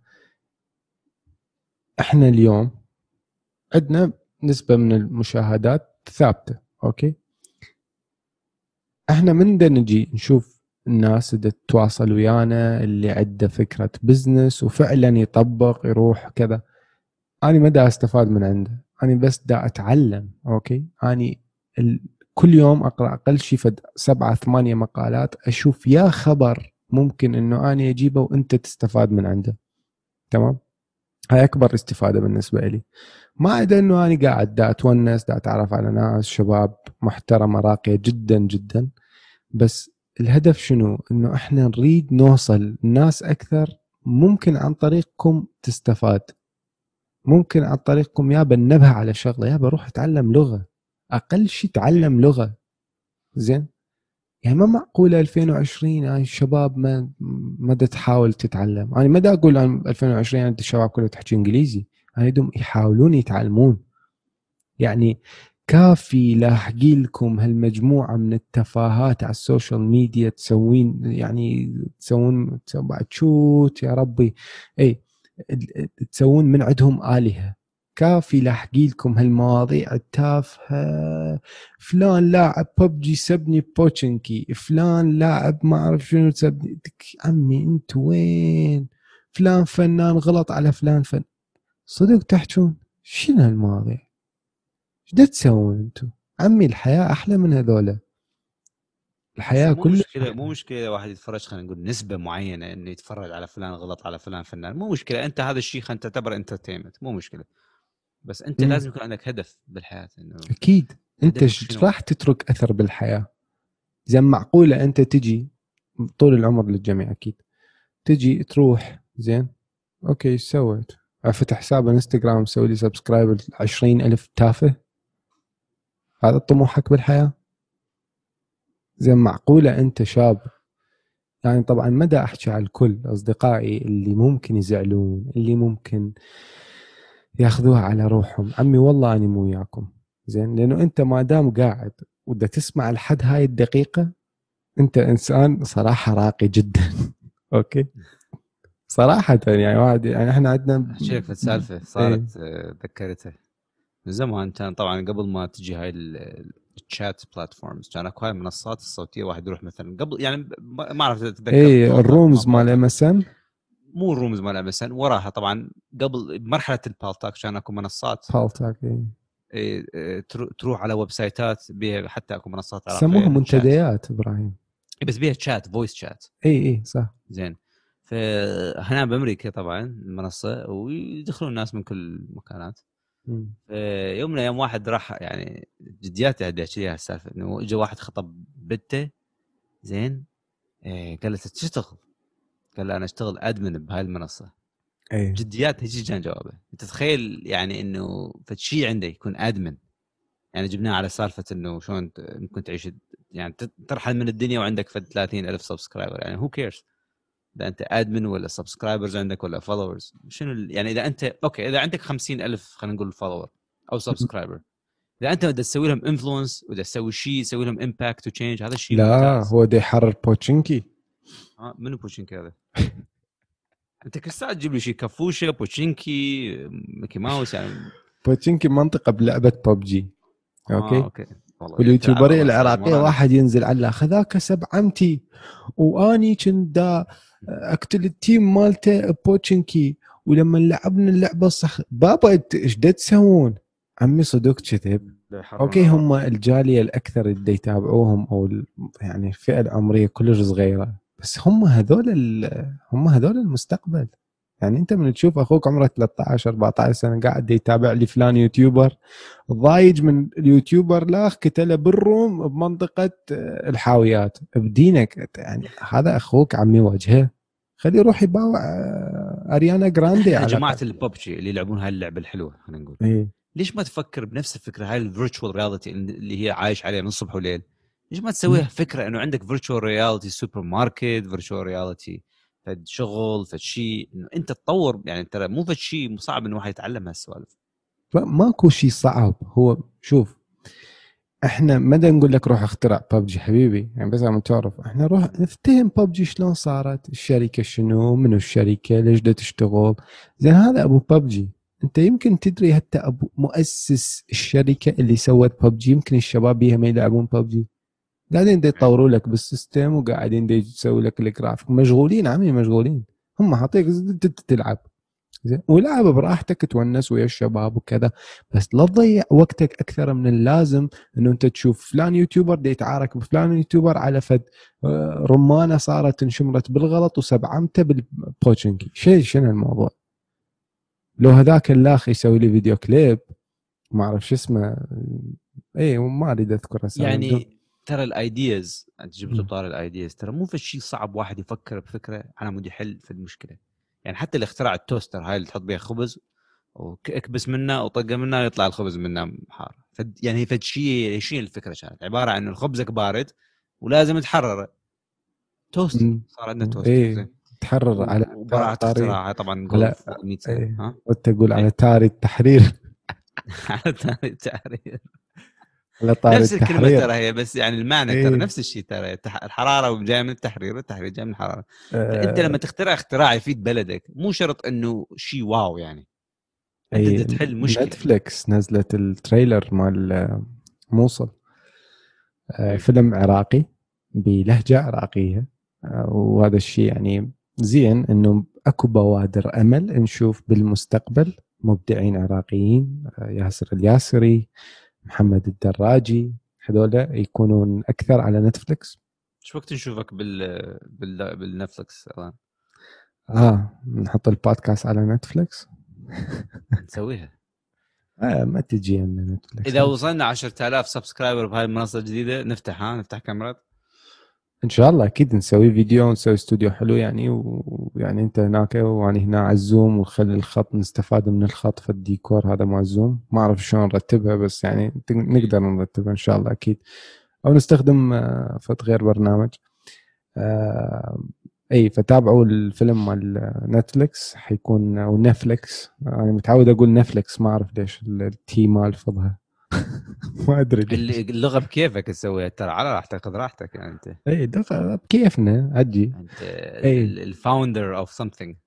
احنا اليوم عندنا نسبة من المشاهدات ثابتة، اوكي. احنا من دا نجي نشوف الناس اللي تتواصل ويانا، اللي عنده فكرة بزنس وفعلا يطبق يروح كذا، انا ما دا استفاد من عنده، انا بس دا اتعلم. اوكي. اني ال... كل يوم اقرا اقل شيء فد سبعة ثمانية مقالات، اشوف يا خبر ممكن انه انا اجيبه وانت تستفاد من عنده. تمام، هاي اكبر استفاده بالنسبه لي. ما عدا انه انا قاعد دا اتونس، دا اتعرف على ناس شباب محترمه راقيه جدا جدا. بس الهدف شنو؟ انه احنا نريد نوصل الناس اكثر. ممكن عن طريقكم تستفاد، ممكن عن طريقكم يا بنبه على شغله، يا بروح اتعلم لغه، اقل شيء تعلم لغه. زين، يعني ما معقوله ألفين وعشرين هاي الشباب ما ما دا تحاول تتعلم. انا ما دا اقول عن ألفين وعشرين انت الشباب كلها تحكي انجليزي، انا بدهم يحاولون يتعلمون. يعني كافي لاحقي لكم هالمجموعة من التفاهات على السوشيال ميديا تسوين، يعني تسوون بعد شوت يا ربي، اي تسوون من عندهم آلهة. كافي لاحقي لكم هالمواضيع التافهة. فلان لاعب ببجي سبني بوتشنكي، فلان لاعب ما اعرف شنو سبني. عمي انت وين؟ فلان فنان غلط على فلان فن. صدق تحجون شنو هالمواضيع؟ ايش دا تسوون انتم؟ عمي الحياة احلى من هذولا، الحياة مو كلها مشكله أحلى. مو مشكله واحد يتفرج، خلينا نقول نسبه معينه انه يتفرج على فلان غلط على فلان فنان، مو مشكله. انت هذا الشيء خلينا تعتبر انترتينمنت، مو مشكله. بس انت مم. لازم يكون عندك هدف بالحياه، انه اكيد انت هدفك ش- شنو. راح تترك اثر بالحياة. زين معقولة انت تجي طول العمر للجميع اكيد، تجي تروح زين اوكي ايش سويت؟ افتح حساب انستغرام مسوي لي سبسكرايب عشرين الف تافه، هذا طموحك بالحياة؟ زين معقولة انت شاب، يعني طبعا ما دا احكي على الكل، اصدقائي اللي ممكن يزعلون، اللي ممكن ياخذوها على روحهم، عمي والله أنا مو وياكم. زين، لأنه أنت ما دام قاعد ودا تسمع لحد هاي الدقيقة، أنت إنسان صراحة راقي جدا. أوكي، صراحة يعني واحد، يعني إحنا عندنا احكي لك في السالفه إيه صارت، آه، تذكرتها من زمان. كان طبعا قبل ما تجي هاي الشات بلاتفورمز، كان اكو هاي المنصات الصوتيه، واحد يروح مثلا قبل، يعني ما ما اعرف تتذكر إيه بالتاك ما الرومز مال بالتاك. ام اس ان. مو الرومز مال ام اس ان، وراها طبعا قبل مرحله البالتاك كان اكو منصات. بالتاك إيه إيه، إيه، ترو- تروح على ويب سايتات بيها، حتى اكو منصات يسموها عراقيه شات، منتديات إبراهيم. بس بيها شات، فويس شات. إيه إيه صح. زين، فهنا بامريكا طبعا المنصه، ويدخلون الناس من كل المكانات. مم. يوم من الايام واحد راح، يعني جدياتي هدي احكي لي السالفه، انه اجى واحد خطب بنته. زين، إيه، قال له تشتغل؟ قال له انا اشتغل ادمن بهاي المنصه. إيه جديات هيجي كان جوابه. انت تتخيل يعني انه فشي عنده يكون ادمن؟ يعني جبناه على سالفه انه شلون ت- ممكن تعيش، يعني ت- ترحل من الدنيا وعندك فد ثلاثين ألف سبسكرايبر. يعني هو كيرز اذا انت ادمن ولا سبسكرايبرز عندك ولا فولورز، شنو ال- يعني اذا انت اوكي، اذا عندك خمسين ألف خلينا نقول فولور او مم. سبسكرايبر، اذا انت بدك تسوي لهم انفلونس ودا تسوي شيء يسوي لهم امباكت وتشينج، هذا الشيء لا ممتاز. هو دي يحرر بوتشنكي. ها منو بوتشينكي هذا؟ انت كل ساعه تجيب لي شيء كفوشه بوتشينكي ميكي ماوس يعني. بوتشنكي منطقة بلعبة ببجي. اه أوكي، اوكي، والله اذا تلعبها واليوتيوبرية الله يسلم العراقية ورانا. واحد ينزل على خذاك سب عمتي واني كنت دا اقتل التيم مالته بوتشنكي، ولما لعبنا اللعبه الصح بابا انت ايش دا تسوون؟ عمي صدق كذب. لا يحرون اوكي هم عراقي. الجاليه الاكثر اللي يتابعوهم او ال- يعني الفئه العمريه كلش صغيره، بس هم هذول ال- هم هذول المستقبل. يعني انت من تشوف اخوك عمره ثلاثة عشر أربعة عشر سنه قاعد يتابع لي فلان يوتيوبر ضايج من اليوتيوبر لاخ كتله بالروم بمنطقه آه، الحاويات بدينك، يعني هذا اخوك عمي وجهه، خليه يروح يباوع آه، اريانا جراندي احنا على جماعه الاقل. الببجي اللي يلعبون هاي اللعبه الحلوه خلينا نقول، ايه ليش ما تفكر بنفس الفكره هاي الفيرتشوال رياليتي اللي هي عايش عليها من صبح وليل؟ ليش ما م? تسويها فكره انه عندك فيرتشوال رياليتي سوبر ماركت، فيرتشوال رياليتي فد شغل فد شيء، انه انت تطور. يعني ترى مو فد شيء صعب انه واحد يتعلم هالسوالف. ماكو شيء صعب. هو شوف، احنا ما دا نقول لك روح اخترع ببجي حبيبي، يعني بس عم تعرف احنا نروح نفتهم ببجي شلون صارت، الشركه شنو، منو الشركه، ليش دا تشتغل. زين هذا ابو ببجي. انت يمكن تدري حتى ابو مؤسس الشركه اللي سوت ببجي يمكن الشباب بيها ما يلعبون ببجي، قاعدين دي يطوروا لك بالسيستم وقاعدين دي يسوي لك الجرافيك، مشغولين عمي مشغولين. هم حاطيك تلعب. زين، ولعب براحتك تونس ويا الشباب وكذا، بس لا تضيع وقتك اكثر من اللازم انه انت تشوف فلان يوتيوبر دي يتعارك بفلان يوتيوبر على فد آه، رمانه صارت انشمرت بالغلط وسبعمته بالبوتشنكي. شيء شنو الموضوع؟ لو هذاك الاخ يسوي لي فيديو كليب ما اعرف شو اسمه، اي ما اريد اذكر اسامي بدون. يعني ترى الايدياز انت جبت مم. بطار الايدياز، ترى مو في شيء صعب واحد يفكر بفكره على مود يحل في المشكله. يعني حتى اللي اخترع التوستر هاي اللي تحط بيها خبز واكبس منه وطقه منه يطلع الخبز منه حار، فد يعني فد شيء شيء الفكره كانت عباره عن انه خبزك بارد ولازم تحرره. توستر، مم. صار عندنا توستر ايه زين. تحرر على وبراعه طاري، اختراعها طبعا نقول على فوق مية سنه. ايه ها وانت تقول على ايه تاري التحرير. على تاريخ التحرير. على طاري نفس الكلمه التحرير. ترى هي، بس يعني المعنى ترى ايه نفس الشيء. ترى التح- الحراره جايه من التحرير والتحرير جاي من الحراره. فانت آه لما تخترع اختراع يفيد بلدك مو شرط انه شيء واو يعني، انت بدك اي تحل مشكله. نتفليكس نزلت التريلر مال آه، موصل، آه ايه فيلم عراقي بلهجة عراقية. آه وهذا الشيء يعني زين انه اكو بوادر امل نشوف بالمستقبل مبدعين عراقيين، آه ياسر الياسري، محمد الدراجي، هذول يكونون اكثر على نتفليكس. شو وقت نشوفك بال بال بالنتفلكس الان؟ اه نحط البودكاست على نتفليكس. نسويها آه ما تجي من نتفليكس اذا هذه. وصلنا عشرة آلاف سبسكرايبر بهاي المنصه الجديده نفتح، ها نفتح كاميرات. ان شاء الله اكيد نسوي فيديو ونسوي استوديو حلو يعني، ويعني انت هناك وانا هنا على الزوم، ونخلي الخط نستفاد من الخط في الديكور هذا مع الزوم. ما اعرف شلون نرتبها بس يعني اكيد نقدر نرتبها ان شاء الله اكيد، او نستخدم آه، فت غير برنامج. آه، اي فتابعوا الفيلم مال نتفليكس حيكون، او نتفليكس انا يعني متعود اقول نتفليكس ما اعرف ليش التي مال فضها. ما ادري ليش. اللغه بكيفك تسويها ترى، على راحتك خذ راحتك يعني. انت اي دفع بكيفنا اجي. انت اي الفاوندر اوف something.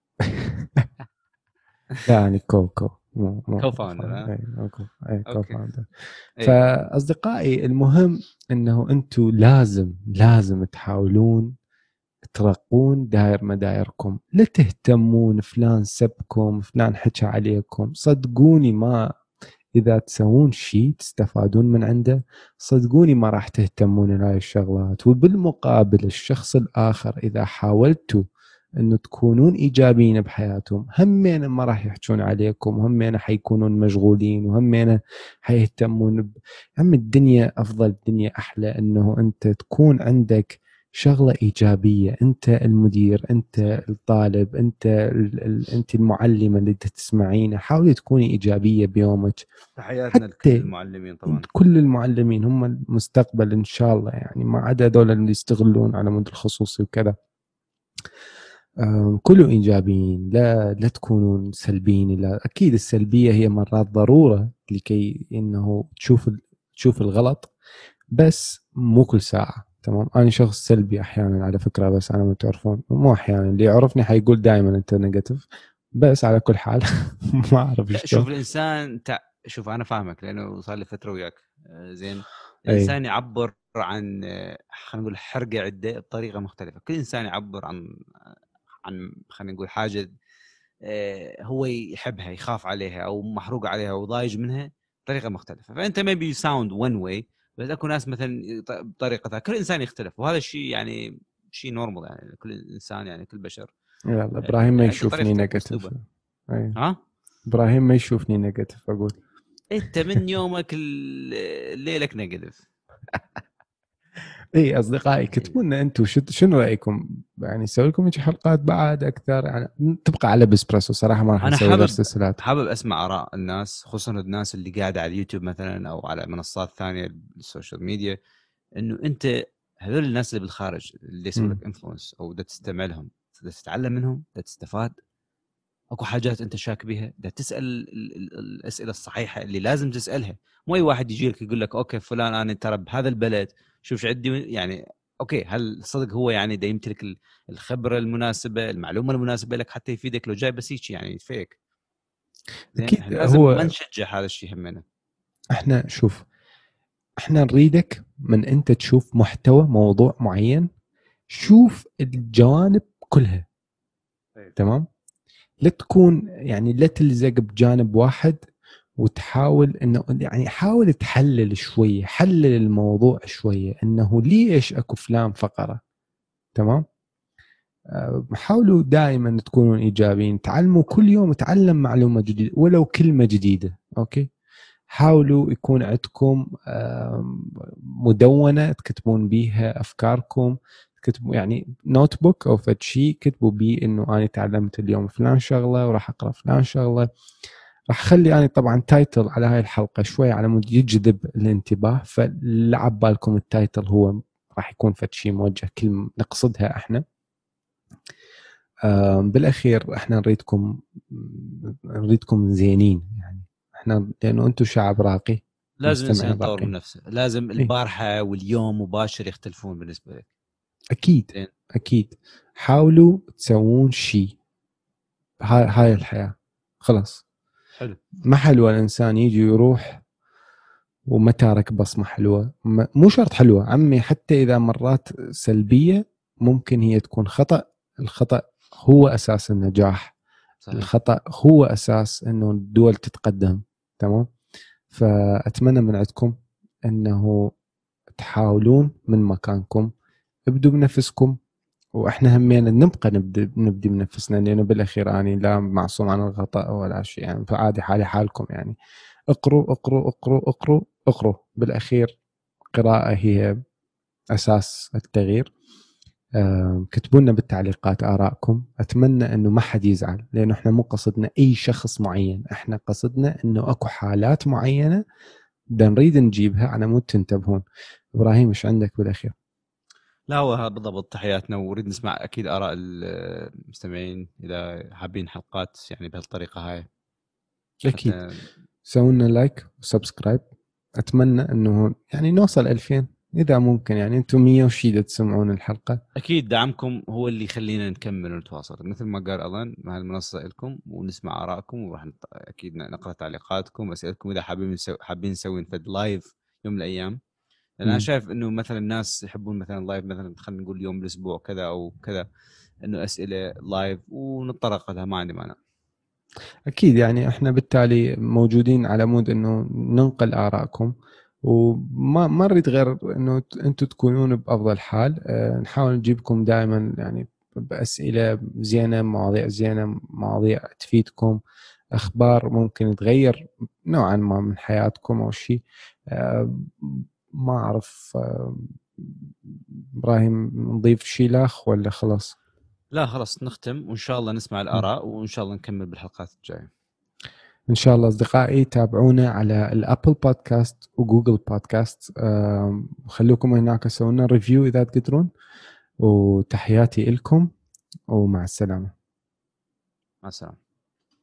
يعني كوكو مو مو كو فاوندر ها. اي كو اي كو اوكي فاوندر. ايه. فاصدقائي المهم انه انتم لازم لازم تحاولون ترقون داير مدايركم، لا تهتمون فلان سبكم فلان حكى عليكم. صدقوني ما اذا تسوون شيء تستفادون من عنده، صدقوني ما راح تهتمون لهاي الشغلات. وبالمقابل الشخص الاخر اذا حاولتوا انه تكونون ايجابيين بحياتهم همين ما راح يحجون عليكم، همين حيكونون مشغولين، وهمين حيهتمون ب... هم الدنيا افضل، الدنيا احلى انه انت تكون عندك شغله ايجابيه. انت المدير، انت الطالب، انت ال... ال... انت المعلمه اللي تسمعينه، حاولي تكوني ايجابيه بيومك. تحياتنا لكل حتى المعلمين طبعا. كل المعلمين هم المستقبل ان شاء الله يعني، ما عدا دول اللي يستغلون على مود الخصوصي وكذا. كلوا ايجابيين، لا لا تكونون سلبيين. لا اكيد السلبيه هي مرات ضروره لكي انه تشوف تشوف الغلط، بس مو كل ساعه. تمام انا شخص سلبي احيانا على فكره، بس انا ما تعرفون مو احيانا، اللي يعرفني حيقول دائما انت نيجاتيف. بس على كل حال ما اعرف لا شلون. شوف الانسان تع... شوف انا فاهمك لانه صار لي فتره وياك. آه، زين. اي الانسان يعبر عن آه، خلينا نقول حرقه عده بطريقه مختلفه. كل انسان يعبر عن عن خلينا نقول حاجه آه، هو يحبها يخاف عليها او محروق عليها وضايج منها بطريقه مختلفه. فانت ما بي ساوند ون واي، بس اكو ناس مثلا بطريقتها. كل انسان يختلف وهذا الشيء يعني شيء نورمال يعني. كل انسان يعني كل بشر يلا آه، ابراهيم ما عنده يشوفني طريقته نيجاتيف. واسلوبه. اي ها ابراهيم ما يشوفني نيجاتيف اقول. انت من يومك ال- ليلك نيجاتيف. اي اصدقائي كتبوا لنا انتم شنو رايكم، يعني نسوي لكم هيك حلقات بعد اكثر يعني، تبقى على بسبرسو صراحه ما راح انا نسوي غير حابب سلسلات. حابب اسمع اراء الناس، خصوصا الناس اللي قاعده على اليوتيوب مثلا او على منصات ثانيه السوشيال ميديا. انه انت هذول الناس اللي بالخارج اللي يسوي مم. لك انفلونس او بدك تستمع لهم، بدك تتعلم منهم، بدك تستفاد. اكو حاجات انت شاك بيها بدك تسال ال- ال- الاسئله الصحيحه اللي لازم تسالها. مو اي واحد يجي لك يقول لك اوكي فلان انا ترى بهذا البلد شوف شو عندي يعني. اوكي هل صدق هو يعني دا يمتلك ال- الخبره المناسبه المعلومه المناسبه لك حتى يفيدك؟ لو جاي بس هيك يعني فيك. زين اكيد احنا لازم ما هو نشجع هذا الشيء همنا. احنا شوف، احنا نريدك من انت تشوف محتوى موضوع معين، شوف الجوانب كلها. طيب. تمام لا تكون يعني لا تلزق بجانب واحد، وتحاول انه يعني حاول تحلل شويه، حلل الموضوع شويه انه ليش اكو فلان فقره. تمام. أه، حاولوا دائما تكونوا ايجابيين، تعلموا كل يوم، تعلم معلومه جديده ولو كلمه جديده. اوكي. حاولوا يكون عندكم آم، مدونه تكتبون بيها افكاركم، تكتبوا يعني نوت بوك او فد شيء كتبوا بيه انه انا تعلمت اليوم فلان شغله وراح اقرا فلان شغله. راح اخلي يعني طبعا تايتل على هاي الحلقه شوي على مود يجذب الانتباه، فلعب بالكم التايتل هو راح يكون فد شيء موجه كلمه نقصدها احنا. آم، بالاخير احنا نريدكم نريدكم زينين يعني، احنا لانه انتم شعب راقي، لازم الانسان مستمعين يطور من راقين. نفسه، لازم إيه؟ البارحه واليوم مباشر يختلفون بالنسبه لك. اكيد. زين. اكيد. حاولوا تسوون شيء. هاي هاي الحياه خلاص. حلو. ما حلوه الانسان يجي يروح وما تارك بصمه حلوه، ما- مو شرط حلوه عمي، حتى اذا مرات سلبيه ممكن هي تكون خطا. الخطا هو اساس النجاح. صحيح. الخطا هو اساس انه الدول تتقدم. تمام. فاتمنى من عندكم انه تحاولون من مكانكم، ابدوا بنفسكم، واحنا همينا نبقى نبدي نبدي بنفسنا، لانه بالاخير اني لا معصوم عن الخطا ولا شيء يعني، فعادي حالي حالكم يعني. اقروا اقروا اقروا اقروا اقروا، بالاخير قراءة هي اساس التغيير. آه، كتبوا لنا بالتعليقات آرائكم. أتمنى أنه ما حد يزعل، لأنه إحنا مو قصدنا أي شخص معين، إحنا قصدنا أنه أكو حالات معينة بدنا نريد نجيبها على مود تنتبهون. إبراهيم إيش عندك بالأخير؟ لا هو هذا بالضبط تحياتنا، ونريد نسمع اكيد اراء المستمعين اذا حابين حلقات يعني بهالطريقه هاي أكيد. حتى. سووا لنا لايك وسبسكرايب. أتمنى أنه يعني نوصل ألفين إذا ممكن، يعني أنتم مية وشيدة تسمعون الحلقة. اكيد دعمكم هو اللي يخلينا نكمل ونتواصل، مثل ما قال الان مع المنصه لكم، ونسمع ارائكم، وراح نط- اكيد نقرا تعليقاتكم واسئلتكم اذا حابين نسوي حابين نسوي فد لايف يوم من الايام. لان انا مم. شايف انه مثلا الناس يحبون مثلا لايف، مثلا خلينا نقول يوم الاسبوع كذا او كذا، انه اسئله لايف ونتطرق لها، ما عندي مانع. أكيد يعني إحنا بالتالي موجودين على مود إنه ننقل آرائكم، وما ما نريد غير إنه ت- أنتم تكونون بأفضل حال. أه نحاول نجيبكم دائما يعني بأسئلة زينة، مواضيع زينة، مواضيع تفيدكم، أخبار ممكن تغير نوعا ما من حياتكم أو شيء. أه ما أعرف. أه إبراهيم نضيف شيء لاخ ولا خلاص؟ لا خلاص نختم، وان شاء الله نسمع الاراء، وان شاء الله نكمل بالحلقات الجايه. إن شاء الله أصدقائي تابعونا على الأبل بودكاست وجوجل بودكاست. آم، خلوكم هناك سوونا ريفيو إذا تقدرون. وتحياتي لكم ومع السلامة. مع السلامه.